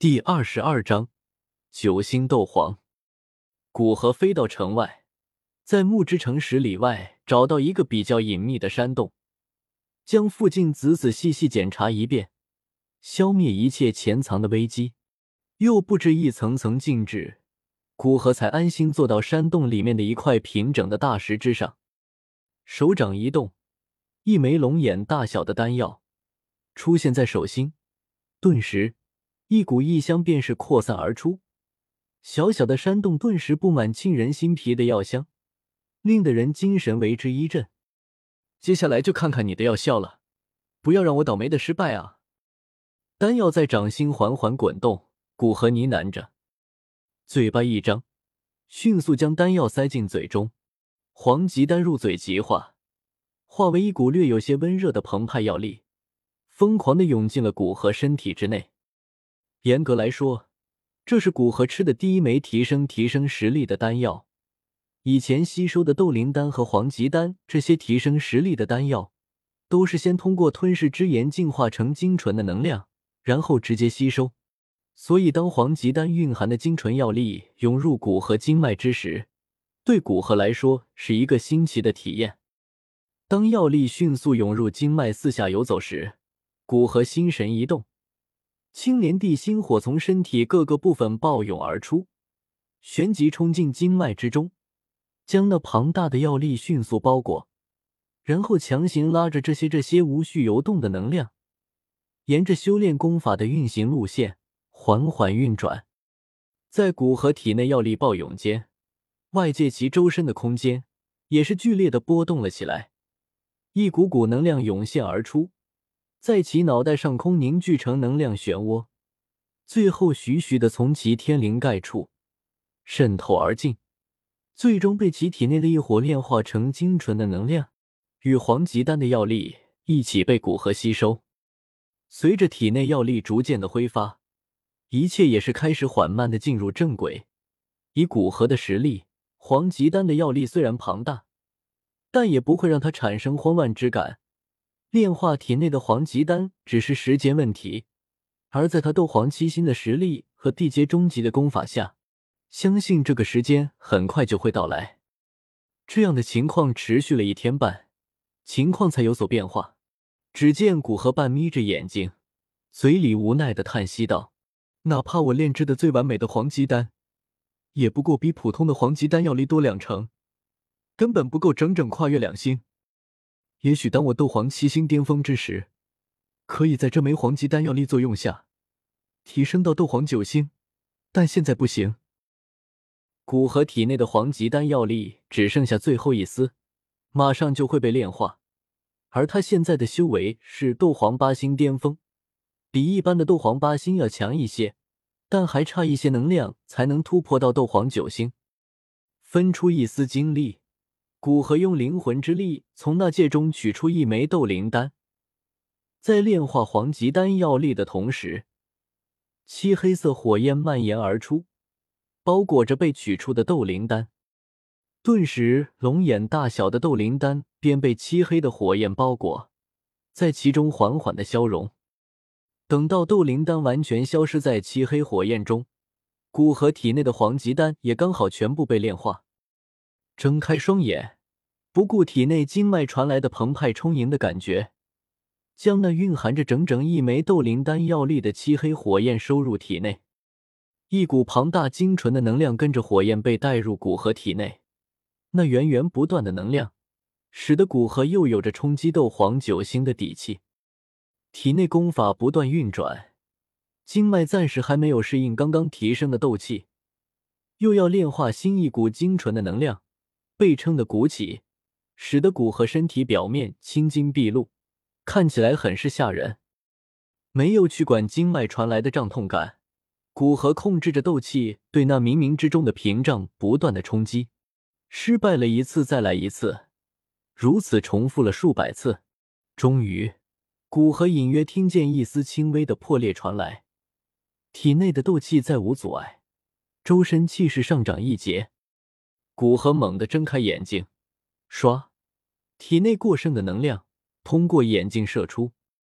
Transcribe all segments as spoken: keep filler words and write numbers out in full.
第二十二章九星斗皇。古河飞到城外，在木之城十里外找到一个比较隐秘的山洞，将附近仔仔细细检查一遍，消灭一切潜藏的危机，又布置一层层禁制，古河才安心坐到山洞里面的一块平整的大石之上。手掌一动，一枚龙眼大小的丹药出现在手心，顿时一股异香便是扩散而出，小小的山洞顿时布满沁人心脾的药香，令得人精神为之一振。接下来就看看你的药效了，不要让我倒霉的失败啊！丹药在掌心缓缓滚动，古河呢喃着，嘴巴一张，迅速将丹药塞进嘴中。黄极丹入嘴即化，化为一股略有些温热的澎湃药力，疯狂地涌进了古河身体之内。严格来说，这是古河吃的第一枚提升提升实力的丹药。以前吸收的斗灵丹和黄极丹这些提升实力的丹药，都是先通过吞噬之炎进化成精纯的能量，然后直接吸收。所以当黄极丹蕴含的精纯药力涌入古河经脉之时，对古河来说是一个新奇的体验。当药力迅速涌入经脉四下游走时，古河心神一动，青莲地心火从身体各个部分暴涌而出，旋即冲进经脉之中，将那庞大的药力迅速包裹，然后强行拉着这些这些无序游动的能量，沿着修炼功法的运行路线缓缓运转。在古河体内药力暴涌间，外界其周身的空间也是剧烈的波动了起来，一股股能量涌现而出，在其脑袋上空凝聚成能量漩涡，最后徐徐地从其天灵盖处渗透而进，最终被其体内的一火炼化成精纯的能量，与黄极丹的药力一起被古河吸收。随着体内药力逐渐的挥发，一切也是开始缓慢地进入正轨。以古河的实力，黄极丹的药力虽然庞大，但也不会让他产生慌乱之感。炼化体内的黄极丹只是时间问题，而在他斗皇七星的实力和地阶终极的功法下，相信这个时间很快就会到来。这样的情况持续了一天半，情况才有所变化。只见古河半眯着眼睛，嘴里无奈地叹息道：哪怕我炼制的最完美的黄极丹，也不过比普通的黄极丹药力多两成，根本不够整整跨越两星。也许当我斗皇七星巅峰之时，可以在这枚黄极丹药力作用下提升到斗皇九星，但现在不行。古河体内的黄极丹药力只剩下最后一丝，马上就会被炼化，而他现在的修为是斗皇八星巅峰，比一般的斗皇八星要强一些，但还差一些能量才能突破到斗皇九星。分出一丝精力，古河用灵魂之力从那戒中取出一枚斗灵丹，在炼化黄极丹药力的同时，漆黑色火焰蔓延而出，包裹着被取出的斗灵丹。顿时龙眼大小的斗灵丹便被漆黑的火焰包裹，在其中缓缓的消融。等到斗灵丹完全消失在漆黑火焰中，古河体内的黄极丹也刚好全部被炼化。睁开双眼，不顾体内经脉传来的澎湃充盈的感觉，将那蕴含着整整一枚斗灵丹药力的漆黑火焰收入体内。一股庞大精纯的能量跟着火焰被带入古河体内，那源源不断的能量使得古河又有着冲击斗皇九星的底气。体内功法不断运转，经脉暂时还没有适应刚刚提升的斗气，又要炼化新一股精纯的能量，被撑的鼓起，使得古河身体表面青筋毕露，看起来很是吓人。没有去管经脉传来的胀痛感，古河控制着斗气对那冥冥之中的屏障不断的冲击，失败了一次再来一次，如此重复了数百次。终于古河隐约听见一丝轻微的破裂传来，体内的斗气再无阻碍，周身气势上涨一截。古河猛地睁开眼睛，唰，体内过剩的能量通过眼睛射出，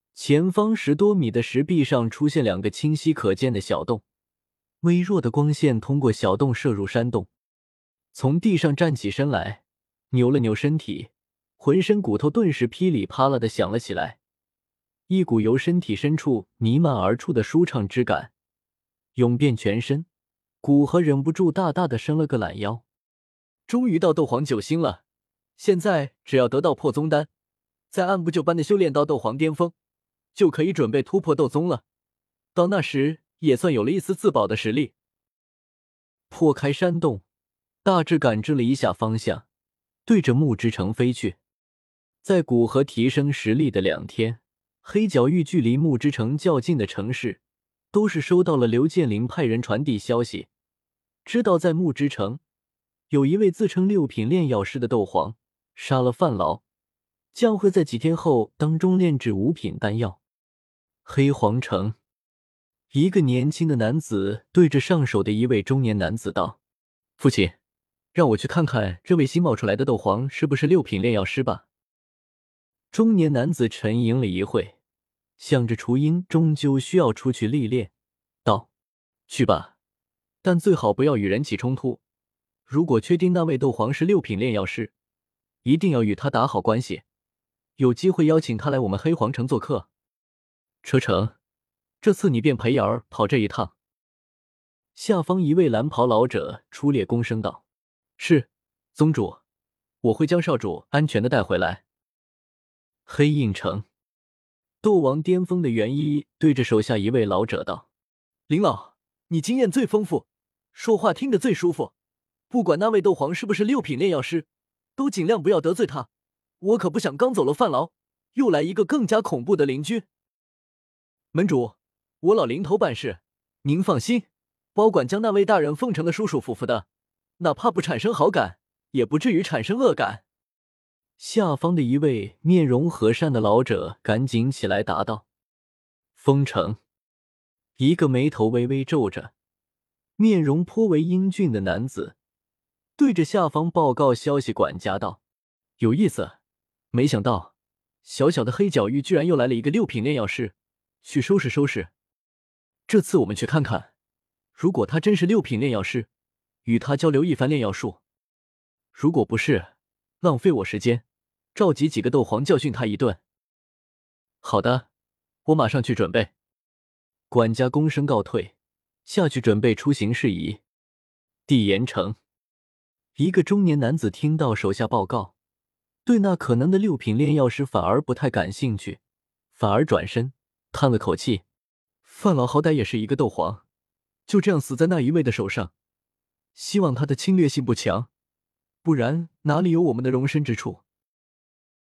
前方十多米的石壁上出现两个清晰可见的小洞，微弱的光线通过小洞射入山洞。从地上站起身来，扭了扭身体，浑身骨头顿时噼里啪啦的响了起来，一股由身体深处弥漫而出的舒畅之感涌遍全身，古河忍不住大大的伸了个懒腰。终于到斗皇九星了，现在只要得到破宗丹，再按部就班的修炼到斗皇巅峰，就可以准备突破斗宗了。到那时也算有了一丝自保的实力。破开山洞，大致感知了一下方向，对着木之城飞去。在古河提升实力的两天，黑角域距离木之城较近的城市都是收到了刘建林派人传递消息，知道在木之城有一位自称六品炼药师的斗皇杀了范劳，将会在几天后当中炼制五品丹药。黑皇城，一个年轻的男子对着上手的一位中年男子道：“父亲，让我去看看这位新冒出来的斗皇是不是六品炼药师吧。”中年男子沉吟了一会，想着雏鹰终究需要出去历练，道：“去吧，但最好不要与人起冲突。如果确定那位斗皇是六品炼药师，一定要与他打好关系，有机会邀请他来我们黑皇城做客。车程，这次你便陪瑶儿跑这一趟。”下方一位蓝袍老者出列躬声道：“是，宗主，我会将少主安全的带回来。”黑印城，斗王巅峰的元一对着手下一位老者道：“林老，你经验最丰富，说话听得最舒服，不管那位斗皇是不是六品炼药师，都尽量不要得罪他，我可不想刚走了范劳，又来一个更加恐怖的邻居。”门主，我老林头办事，您放心，保管将那位大人奉承的舒舒服服的，哪怕不产生好感，也不至于产生恶感。下方的一位面容和善的老者赶紧起来答道：“封城。”一个眉头微微皱着，面容颇为英俊的男子对着下方报告消息管家道：“有意思，没想到小小的黑角域居然又来了一个六品炼药师，去收拾收拾。这次我们去看看，如果他真是六品炼药师，与他交流一番炼药术；如果不是，浪费我时间，召集几个斗皇教训他一顿。”“好的，我马上去准备。”管家躬身告退，下去准备出行事宜。帝岩城，一个中年男子听到手下报告，对那可能的六品炼药师反而不太感兴趣，反而转身叹了口气：“范老好歹也是一个斗皇，就这样死在那一位的手上，希望他的侵略性不强，不然哪里有我们的容身之处。”